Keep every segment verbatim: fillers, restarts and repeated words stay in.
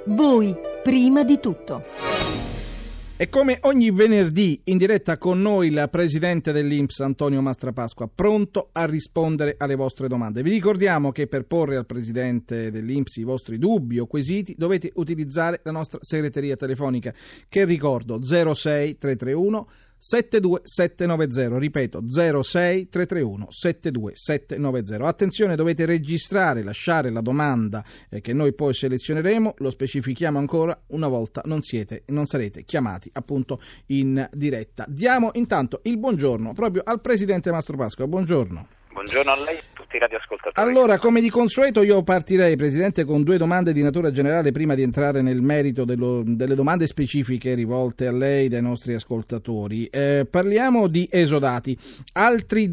Voi, prima di tutto. E come ogni venerdì in diretta con noi il presidente dell'I N P S Antonio Mastrapasqua, pronto a rispondere alle vostre domande. Vi ricordiamo che per porre al presidente dell'I N P S i vostri dubbi o quesiti dovete utilizzare la nostra segreteria telefonica, che ricordo zero sei tre tre uno sette due sette nove zero, ripeto zero sei tre tre uno sette due sette nove zero. Attenzione, dovete registrare, lasciare la domanda eh, che noi poi selezioneremo, lo specifichiamo ancora una volta, non siete, non sarete chiamati appunto in diretta. Diamo intanto il buongiorno proprio al presidente Mastrapasqua. Buongiorno. Buongiorno a lei e a tutti i radioascoltatori. Allora, come di consueto, io partirei, Presidente, con due domande di natura generale prima di entrare nel merito dello, delle domande specifiche rivolte a lei dai nostri ascoltatori. Eh, parliamo di esodati, altri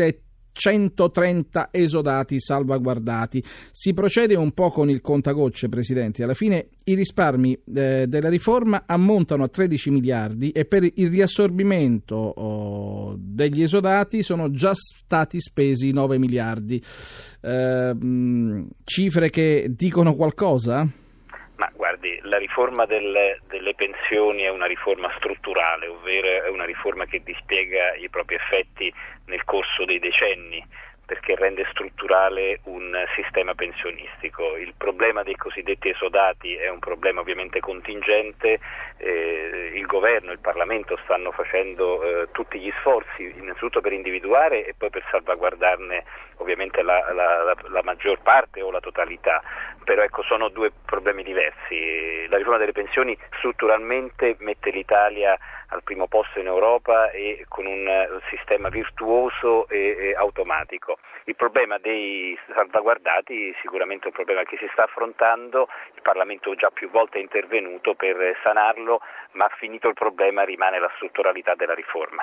diecimilacentotrenta esodati salvaguardati. Si procede un po' con il contagocce, Presidente. Alla fine i risparmi eh, della riforma ammontano a tredici miliardi e per il riassorbimento oh, degli esodati sono già stati spesi nove miliardi. Eh, mh, cifre che dicono qualcosa? Ma guardi, la riforma del, delle pensioni è una riforma strutturale, ovvero è una riforma che dispiega i propri effetti nel corso dei decenni, perché rende strutturale un sistema pensionistico. Il problema dei cosiddetti esodati è un problema ovviamente contingente, eh, il governo e il Parlamento stanno facendo eh, tutti gli sforzi, innanzitutto per individuare e poi per salvaguardarne ovviamente la, la, la, la maggior parte o la totalità, però ecco, sono due problemi diversi. La riforma delle pensioni strutturalmente mette l'Italia al primo posto in Europa e con un sistema virtuoso e, e automatico. Il problema dei salvaguardati sicuramente è un problema che si sta affrontando, il Parlamento già più volte è intervenuto per sanarlo, ma finito il problema rimane la strutturalità della riforma.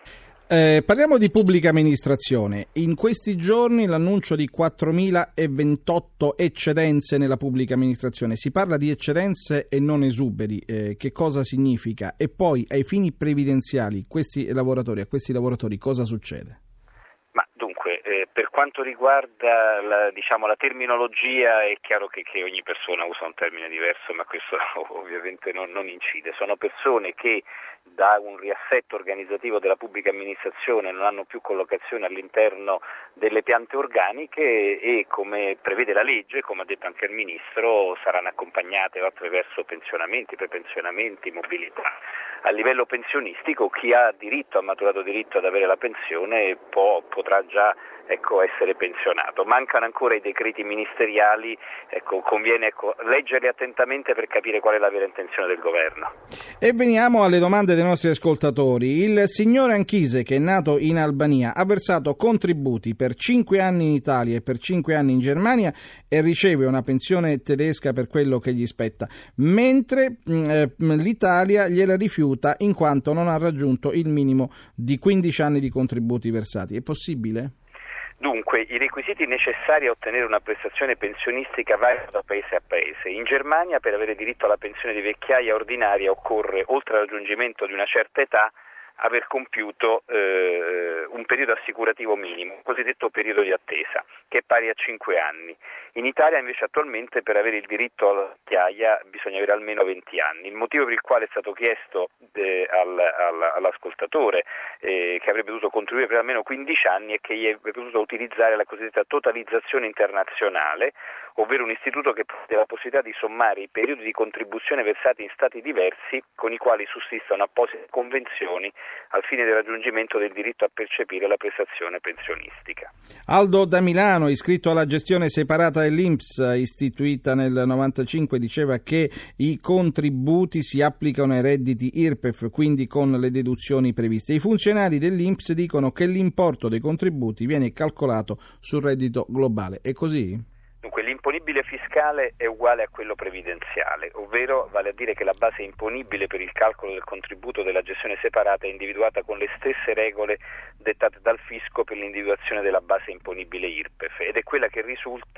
Eh, parliamo di pubblica amministrazione. In questi giorni l'annuncio di quattromilaventotto eccedenze nella pubblica amministrazione. Si parla di eccedenze e non esuberi. Eh, che cosa significa? E poi ai fini previdenziali questi lavoratori, a questi lavoratori cosa succede? Ma dunque, eh, per quanto riguarda la, diciamo, la terminologia, è chiaro che, che ogni persona usa un termine diverso, ma questo ovviamente non, non incide. Sono persone che da un riassetto organizzativo della pubblica amministrazione non hanno più collocazione all'interno delle piante organiche e, come prevede la legge, come ha detto anche il Ministro, saranno accompagnate attraverso pensionamenti, prepensionamenti, mobilità. A livello pensionistico chi ha diritto, ha maturato diritto ad avere la pensione può, potrà già ecco, essere pensionato. Mancano ancora i decreti ministeriali, ecco, conviene ecco, leggerli attentamente per capire qual è la vera intenzione del governo. E veniamo alle domande dei nostri ascoltatori. Il signor Anchise, che è nato in Albania, ha versato contributi per cinque anni in Italia e per cinque anni in Germania e riceve una pensione tedesca per quello che gli spetta, mentre eh, l'Italia gliela rifiuta in quanto non ha raggiunto il minimo di quindici anni di contributi versati. È possibile? Dunque, i requisiti necessari a ottenere una prestazione pensionistica variano da paese a paese. In Germania, per avere diritto alla pensione di vecchiaia ordinaria, occorre, oltre al raggiungimento di una certa età, aver compiuto eh, un periodo assicurativo minimo, il cosiddetto periodo di attesa, che è pari a cinque anni. In Italia invece attualmente per avere il diritto alla vecchiaia bisogna avere almeno venti anni. Il motivo per il quale è stato chiesto eh, al, al, all'ascoltatore eh, che avrebbe dovuto contribuire per almeno quindici anni è che gli è potuto utilizzare la cosiddetta totalizzazione internazionale, ovvero un istituto che prevede la possibilità di sommare i periodi di contribuzione versati in stati diversi con i quali sussistono apposite convenzioni al fine del raggiungimento del diritto a percepire la prestazione pensionistica. Aldo da Milano, iscritto alla gestione separata dell'I N P S, istituita nel novantacinque, diceva che i contributi si applicano ai redditi I R P E F, quindi con le deduzioni previste. I funzionari dell'I N P S dicono che l'importo dei contributi viene calcolato sul reddito globale. È così? Dunque l'imponibile fiscale è uguale a quello previdenziale, ovvero vale a dire che la base imponibile per il calcolo del contributo della gestione separata è individuata con le stesse regole dettate dal fisco per l'individuazione della base imponibile I R P E F ed è quella che risulta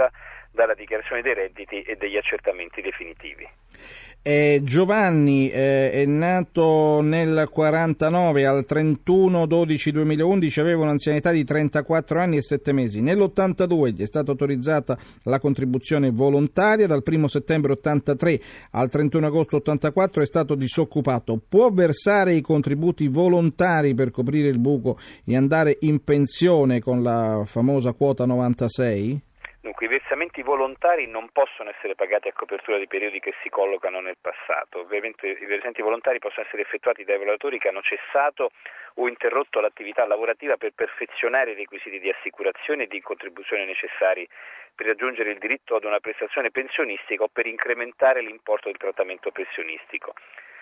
dalla dichiarazione dei redditi e degli accertamenti definitivi. Eh, Giovanni eh, è nato nel quarantanove, al trentuno dodici duemilaundici aveva un'anzianità di trentaquattro anni e sette mesi. Nell'ottantadue gli è stata autorizzata la contribuzione volontaria, dal primo settembre ottantatré al trentuno agosto ottantaquattro è stato disoccupato. Può versare i contributi volontari per coprire il buco e andare in pensione con la famosa quota novantasei? Dunque, i versamenti volontari non possono essere pagati a copertura di periodi che si collocano nel passato. Ovviamente i versamenti volontari possono essere effettuati dai lavoratori che hanno cessato o interrotto l'attività lavorativa per perfezionare i requisiti di assicurazione e di contribuzione necessari per raggiungere il diritto ad una prestazione pensionistica o per incrementare l'importo del trattamento pensionistico.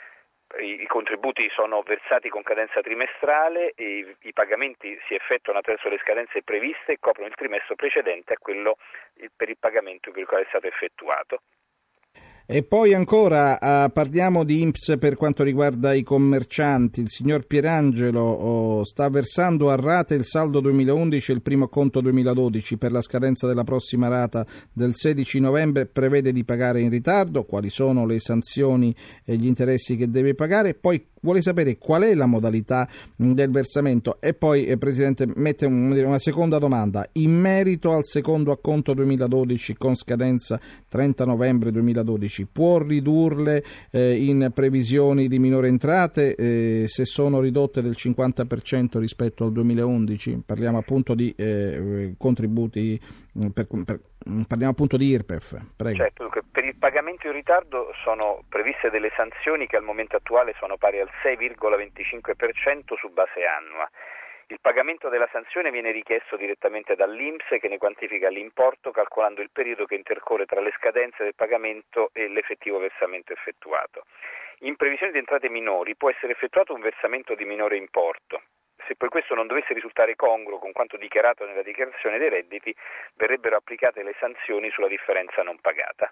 I, I contributi sono versati con cadenza trimestrale e i, i pagamenti si effettuano attraverso le scadenze previste e coprono il trimestre precedente a quello il, per il pagamento per il quale è stato effettuato. E poi ancora eh, parliamo di I N P S per quanto riguarda i commercianti. Il signor Pierangelo oh, sta versando a rate il saldo duemilaundici e il primo conto duemiladodici. Per la scadenza della prossima rata del sedici novembre prevede di pagare in ritardo. Quali sono le sanzioni e gli interessi che deve pagare? Poi vuole sapere qual è la modalità del versamento e poi, eh, Presidente, mette un, una seconda domanda. In merito al secondo acconto duemiladodici con scadenza trenta novembre duemiladodici, può ridurle eh, in previsioni di minori entrate eh, se sono ridotte del cinquanta per cento rispetto al duemilaundici? Parliamo appunto di eh, contributi, per, per, parliamo appunto di I R P E F. Prego. Certo, dunque, per il pagamento in ritardo sono previste delle sanzioni che al momento attuale sono pari al sei virgola venticinque per cento su base annua. Il pagamento della sanzione viene richiesto direttamente dall'I N P S che ne quantifica l'importo calcolando il periodo che intercorre tra le scadenze del pagamento e l'effettivo versamento effettuato. In previsione di entrate minori può essere effettuato un versamento di minore importo. Se poi questo non dovesse risultare congruo con quanto dichiarato nella dichiarazione dei redditi, verrebbero applicate le sanzioni sulla differenza non pagata.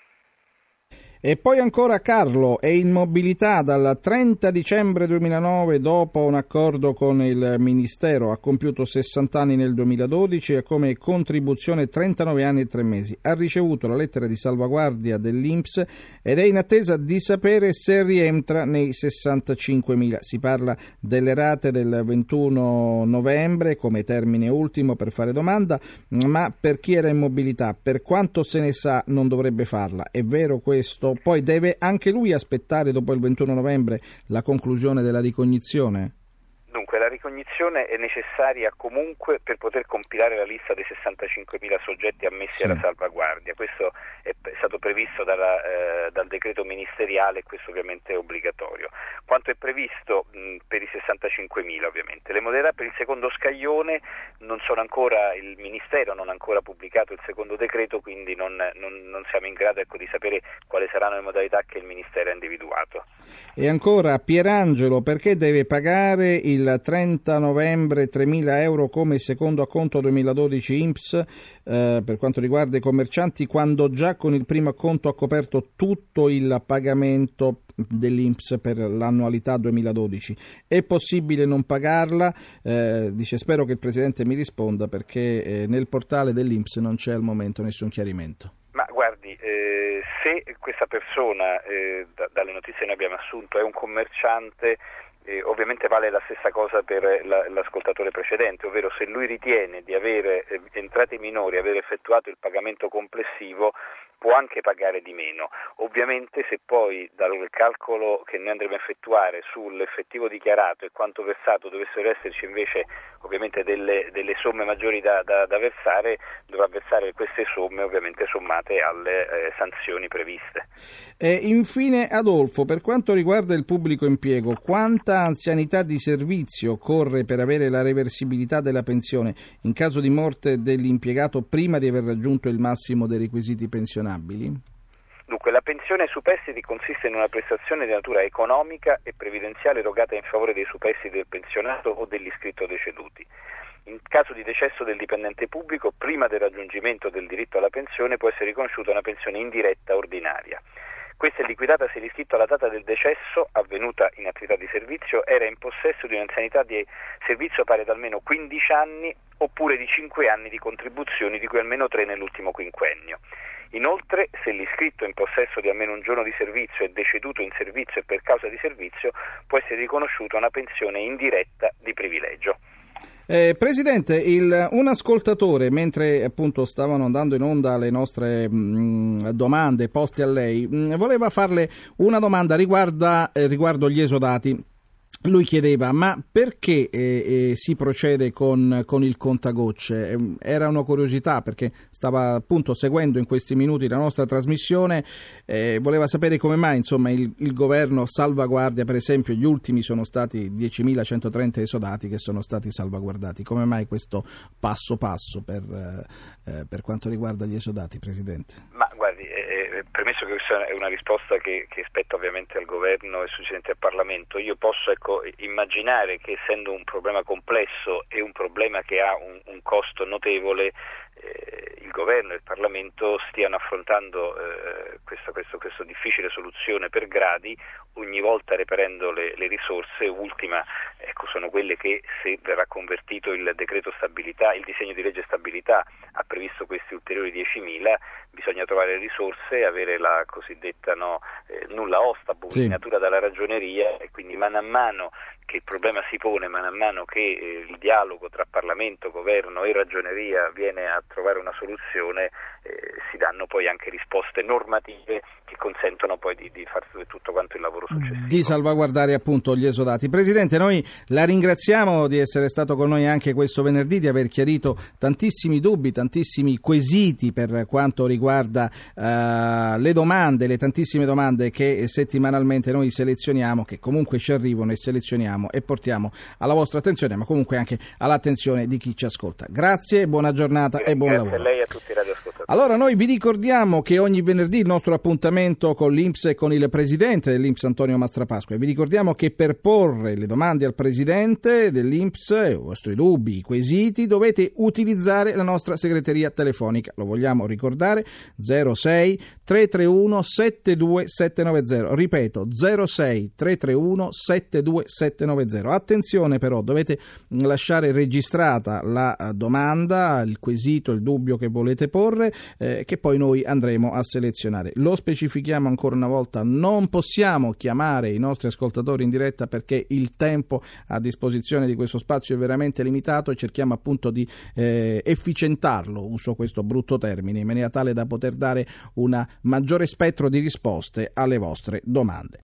E poi ancora Carlo è in mobilità dal trenta dicembre duemilanove, dopo un accordo con il Ministero, ha compiuto sessanta anni nel duemiladodici e come contribuzione trentanove anni e tre mesi. Ha ricevuto la lettera di salvaguardia dell'I N P S ed è in attesa di sapere se rientra nei sessantacinquemila. Si parla delle rate del ventuno novembre come termine ultimo per fare domanda, ma per chi era in mobilità, per quanto se ne sa, non dovrebbe farla. È vero questo? Poi deve anche lui aspettare dopo il ventuno novembre la conclusione della ricognizione? Dunque, la ricognizione è necessaria comunque per poter compilare la lista dei sessantacinquemila soggetti ammessi sì. alla salvaguardia. Questo è stato previsto dalla, eh, dal decreto ministeriale e questo ovviamente è obbligatorio. Quanto è previsto mh, per i sessantacinquemila ovviamente. Le modalità per il secondo scaglione non sono ancora, il Ministero non ha ancora pubblicato il secondo decreto, quindi non, non, non siamo in grado ecco, di sapere quali saranno le modalità che il Ministero ha individuato. E ancora Pierangelo, perché deve pagare il il trenta novembre tremila euro come secondo acconto duemiladodici I N P S eh, per quanto riguarda i commercianti, quando già con il primo acconto ha coperto tutto il pagamento dell'I N P S per l'annualità duemiladodici. È possibile non pagarla? Eh, dice, spero che il Presidente mi risponda perché eh, nel portale dell'I N P S non c'è al momento nessun chiarimento. Ma guardi, eh, se questa persona, eh, da, dalle notizie che noi abbiamo assunto, è un commerciante, Eh, ovviamente vale la stessa cosa per la, l'ascoltatore precedente, ovvero se lui ritiene di avere eh, entrate minori, aver effettuato il pagamento complessivo, può anche pagare di meno. Ovviamente se poi dal calcolo che noi andremo a effettuare sull'effettivo dichiarato e quanto versato dovessero esserci invece ovviamente delle, delle somme maggiori da, da, da versare, dovrà versare queste somme ovviamente sommate alle eh, sanzioni previste. E infine Adolfo, per quanto riguarda il pubblico impiego, quanta anzianità di servizio occorre per avere la reversibilità della pensione in caso di morte dell'impiegato prima di aver raggiunto il massimo dei requisiti pensionabili? Dunque, la pensione ai superstiti consiste in una prestazione di natura economica e previdenziale erogata in favore dei superstiti del pensionato o dell'iscritto deceduti. In caso di decesso del dipendente pubblico, prima del raggiungimento del diritto alla pensione può essere riconosciuta una pensione indiretta ordinaria. Questa è liquidata se l'iscritto alla data del decesso, avvenuta in attività di servizio, era in possesso di un'anzianità di servizio pari ad almeno quindici anni oppure di cinque anni di contribuzioni, di cui almeno tre nell'ultimo quinquennio. Inoltre, se l'iscritto è in possesso di almeno un giorno di servizio è deceduto in servizio e per causa di servizio, può essere riconosciuta una pensione indiretta di privilegio. Eh, Presidente, il, un ascoltatore, mentre appunto stavano andando in onda le nostre mh, domande poste a lei, mh, voleva farle una domanda riguarda, eh, riguardo gli esodati. Lui chiedeva: ma perché eh, eh, si procede con, con il contagocce? Eh, era una curiosità, perché stava appunto seguendo in questi minuti la nostra trasmissione, eh, voleva sapere come mai insomma il, il governo salvaguardia, per esempio gli ultimi sono stati diecimilacentotrenta esodati che sono stati salvaguardati. Come mai questo passo passo per, eh, per quanto riguarda gli esodati, Presidente? Ma guardi, eh, premesso che questa è una risposta che, che spetta ovviamente al governo e successivamente al Parlamento, io posso ecco immaginare che, essendo un problema complesso e un problema che ha un, un costo notevole, eh, il governo e il Parlamento stiano affrontando eh, questa, questo, questa difficile soluzione per gradi, ogni volta reperendo le, le risorse. Ultima ecco, sono quelle che, se verrà convertito il decreto stabilità, il disegno di legge stabilità ha previsto questi ulteriori diecimila, bisogna trovare risorse, avere la cosiddetta no, eh, nulla osta, bollinatura sì. dalla ragioneria, e quindi mano a mano che il problema si pone, mano a mano che eh, il dialogo tra Parlamento, Governo e Ragioneria viene a trovare una soluzione, eh, si danno poi anche risposte normative che consentono poi di, di fare tutto quanto il lavoro successivo. Di salvaguardare appunto gli esodati. Presidente, noi la ringraziamo di essere stato con noi anche questo venerdì, di aver chiarito tantissimi dubbi, tantissimi quesiti per quanto riguarda uh, le domande, le tantissime domande che settimanalmente noi selezioniamo, che comunque ci arrivano e selezioniamo e portiamo alla vostra attenzione, ma comunque anche all'attenzione di chi ci ascolta. Grazie, buona giornata Grazie e buon lavoro. Grazie a lei e a tutti i radioascoltatori. Allora, noi vi ricordiamo che ogni venerdì il nostro appuntamento con l'I N P S e con il presidente dell'I N P S Antonio Mastrapasqua, e vi ricordiamo che per porre le domande al presidente dell'I N P S, i vostri dubbi, i quesiti, dovete utilizzare la nostra segreteria telefonica. Lo vogliamo ricordare: zero sei tre tre uno sette due sette nove zero. Ripeto, zero sei tre tre uno sette due sette nove zero. Attenzione però, dovete lasciare registrata la domanda, il quesito, il dubbio che volete porre, eh, che poi noi andremo a selezionare. Lo specifichiamo ancora una volta: non possiamo chiamare i nostri ascoltatori in diretta perché il tempo a disposizione di questo spazio è veramente limitato, e cerchiamo appunto di eh, efficientarlo, uso questo brutto termine, in maniera tale da poter dare un maggiore spettro di risposte alle vostre domande.